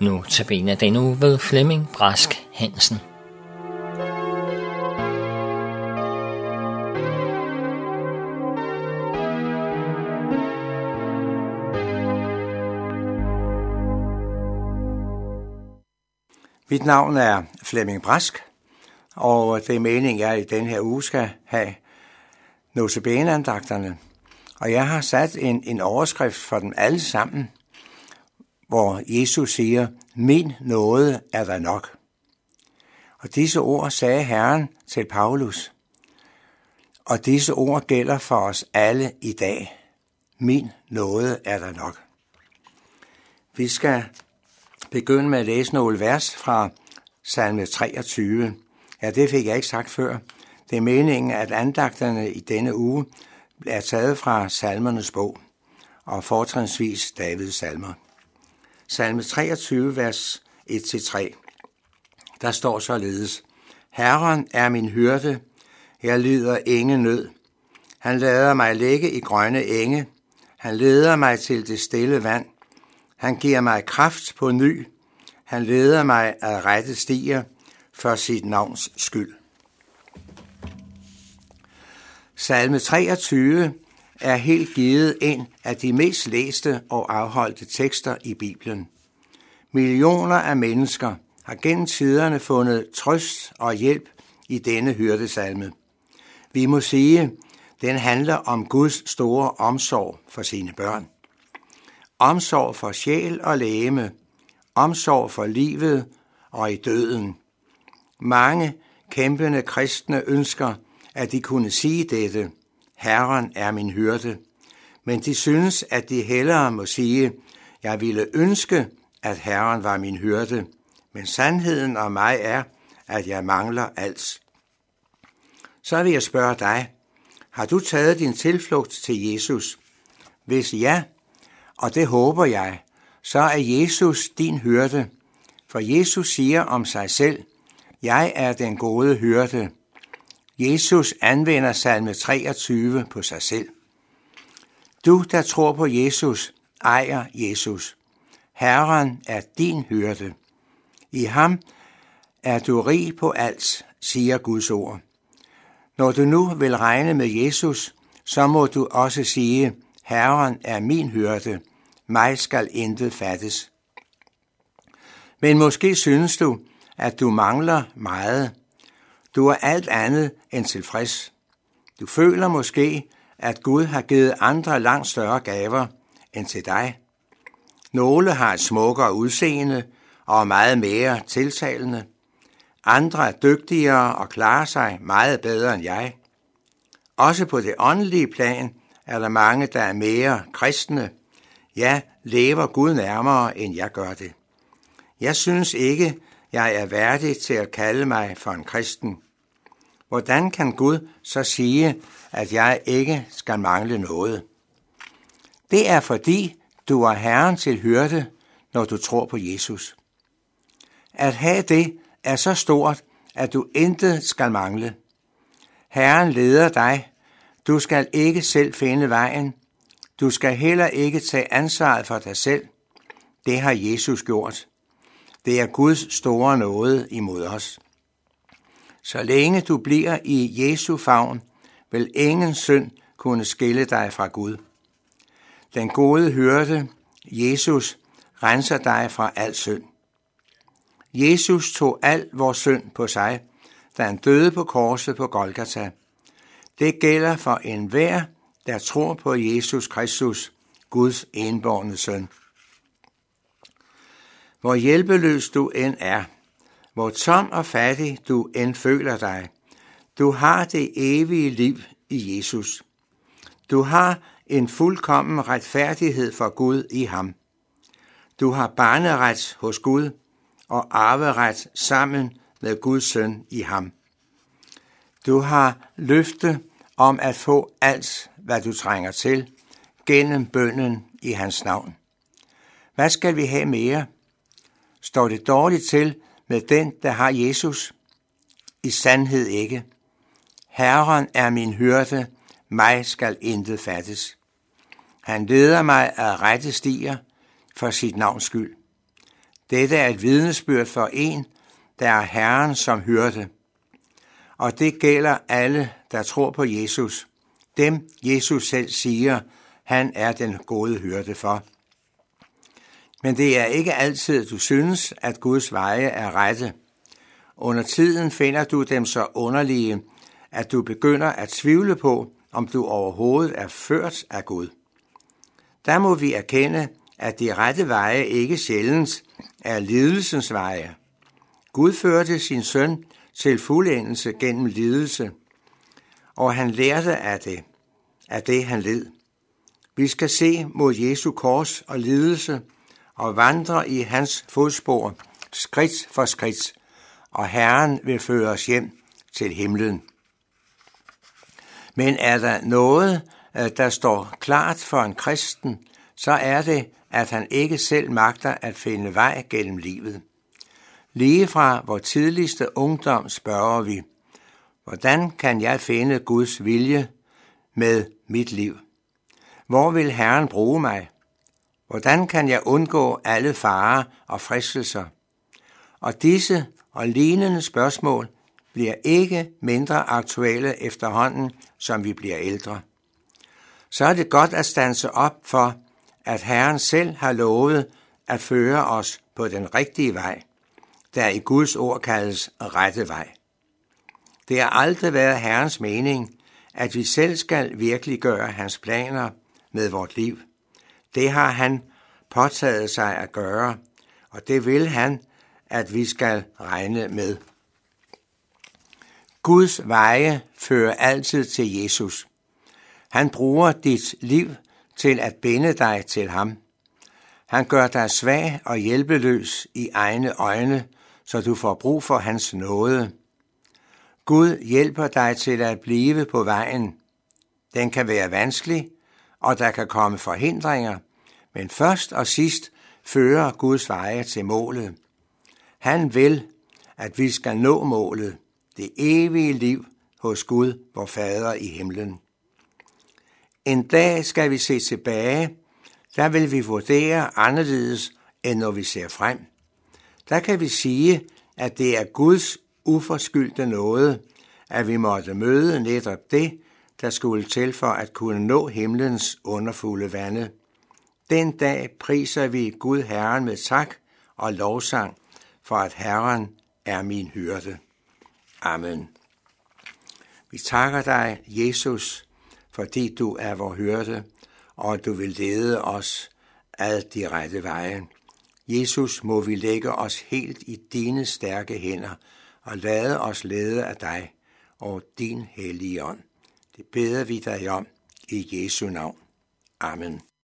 Nu tabiner den uge ved Flemming Brask Hansen. Mit navn er Flemming Brask, og det er meningen, at jeg i den her uge skal have notabene-andagterne. Og jeg har sat en overskrift for dem alle sammen, hvor Jesus siger, min nåde er der nok. Og disse ord sagde Herren til Paulus. Og disse ord gælder for os alle i dag. Min nåde er der nok. Vi skal begynde med at læse nogle vers fra salme 23. Ja, det fik jeg ikke sagt før. Det er meningen, at andagterne i denne uge er taget fra salmernes bog, og fortrinsvis Davids salmer. Salme 23, vers 1-3. Der står således: Herren er min hyrde, jeg lider ingen nød. Han lader mig ligge i grønne enge, han leder mig til det stille vand. Han giver mig kraft på ny, han leder mig ad rette stier for sit navns skyld. Salme 23 er helt givet en af de mest læste og afholdte tekster i Bibelen. Millioner af mennesker har gennem tiderne fundet trøst og hjælp i denne hyrdesalme. Vi må sige, den handler om Guds store omsorg for sine børn. Omsorg for sjæl og legeme, omsorg for livet og i døden. Mange kæmpende kristne ønsker, at de kunne sige dette, Herren er min hyrde, men de synes, at de hellere må sige, jeg ville ønske, at Herren var min hyrde, men sandheden om mig er, at jeg mangler alt. Så vil jeg spørge dig, har du taget din tilflugt til Jesus? Hvis ja, og det håber jeg, så er Jesus din hyrde, for Jesus siger om sig selv, jeg er den gode hyrde. Jesus anvender salme 23 på sig selv. Du, der tror på Jesus, ejer Jesus. Herren er din hyrde. I ham er du rig på alt, siger Guds ord. Når du nu vil regne med Jesus, så må du også sige, Herren er min hyrde, mig skal intet fattes. Men måske synes du, at du mangler meget. Du er alt andet end tilfreds. Du føler måske, at Gud har givet andre langt større gaver end til dig. Nogle har et smukkere udseende og er meget mere tiltalende. Andre er dygtigere og klarer sig meget bedre end jeg. Også på det åndelige plan er der mange, der er mere kristne. Ja, lever Gud nærmere, end jeg gør det. Jeg synes ikke, jeg er værdig til at kalde mig for en kristen. Hvordan kan Gud så sige, at jeg ikke skal mangle noget? Det er fordi, du er Herren til hyrde, når du tror på Jesus. At have det er så stort, at du intet skal mangle. Herren leder dig. Du skal ikke selv finde vejen. Du skal heller ikke tage ansvaret for dig selv. Det har Jesus gjort. Det er Guds store nåde imod os. Så længe du bliver i Jesu favn, vil ingen synd kunne skille dig fra Gud. Den gode hyrde, Jesus, renser dig fra al synd. Jesus tog al vores synd på sig, da han døde på korset på Golgata. Det gælder for enhver, der tror på Jesus Kristus, Guds enbårne søn. Hvor hjælpeløs du end er, hvor tom og fattig du end føler dig, du har det evige liv i Jesus. Du har en fuldkommen retfærdighed for Gud i ham. Du har barneret hos Gud og arveret sammen med Guds søn i ham. Du har løfte om at få alt, hvad du trænger til, gennem bønnen i hans navn. Hvad skal vi have mere? Står det dårligt til med den, der har Jesus? I sandhed ikke. Herren er min hyrde, mig skal intet fattes. Han leder mig ad rette stier for sit navns skyld. Dette er et vidnesbyrd for en, der er Herren som hyrde. Og det gælder alle, der tror på Jesus. Dem Jesus selv siger, han er den gode hyrde for. Men det er ikke altid, du synes, at Guds veje er rette. Under tiden finder du dem så underlige, at du begynder at tvivle på, om du overhovedet er ført af Gud. Der må vi erkende, at de rette veje ikke sjældent er lidelsens veje. Gud førte sin søn til fuldendelse gennem lidelse, og han lærte af det han led. Vi skal se mod Jesu kors og lidelse og vandre i hans fodspor skridt for skridt, og Herren vil føre os hjem til himlen. Men er der noget, der står klart for en kristen, så er det, at han ikke selv magter at finde vej gennem livet. Lige fra vor tidligste ungdom spørger vi, hvordan kan jeg finde Guds vilje med mit liv? Hvor vil Herren bruge mig? Hvordan kan jeg undgå alle farer og fristelser? Og disse og lignende spørgsmål bliver ikke mindre aktuelle efterhånden, som vi bliver ældre. Så er det godt at standse op for, at Herren selv har lovet at føre os på den rigtige vej, der i Guds ord kaldes rette vej. Det har aldrig været Herrens mening, at vi selv skal virkeliggøre hans planer med vort liv. Det har han påtaget sig at gøre, og det vil han, at vi skal regne med. Guds veje fører altid til Jesus. Han bruger dit liv til at binde dig til ham. Han gør dig svag og hjælpeløs i egne øjne, så du får brug for hans nåde. Gud hjælper dig til at blive på vejen. Den kan være vanskelig, og der kan komme forhindringer, men først og sidst fører Guds veje til målet. Han vil, at vi skal nå målet, det evige liv hos Gud, vor Fader i himlen. En dag skal vi se tilbage, der vil vi vurdere anderledes, end når vi ser frem. Der kan vi sige, at det er Guds uforskyldte nåde, at vi måtte møde netop det, der skulle til for at kunne nå himlens underfulde vande. Den dag priser vi Gud Herren med tak og lovsang, for at Herren er min hyrde. Amen. Vi takker dig, Jesus, fordi du er vor hyrde, og at du vil lede os ad de rette veje. Jesus, må vi lægge os helt i dine stærke hænder og lade os lede af dig og din hellige ånd. Det beder vi dig om i Jesu navn. Amen.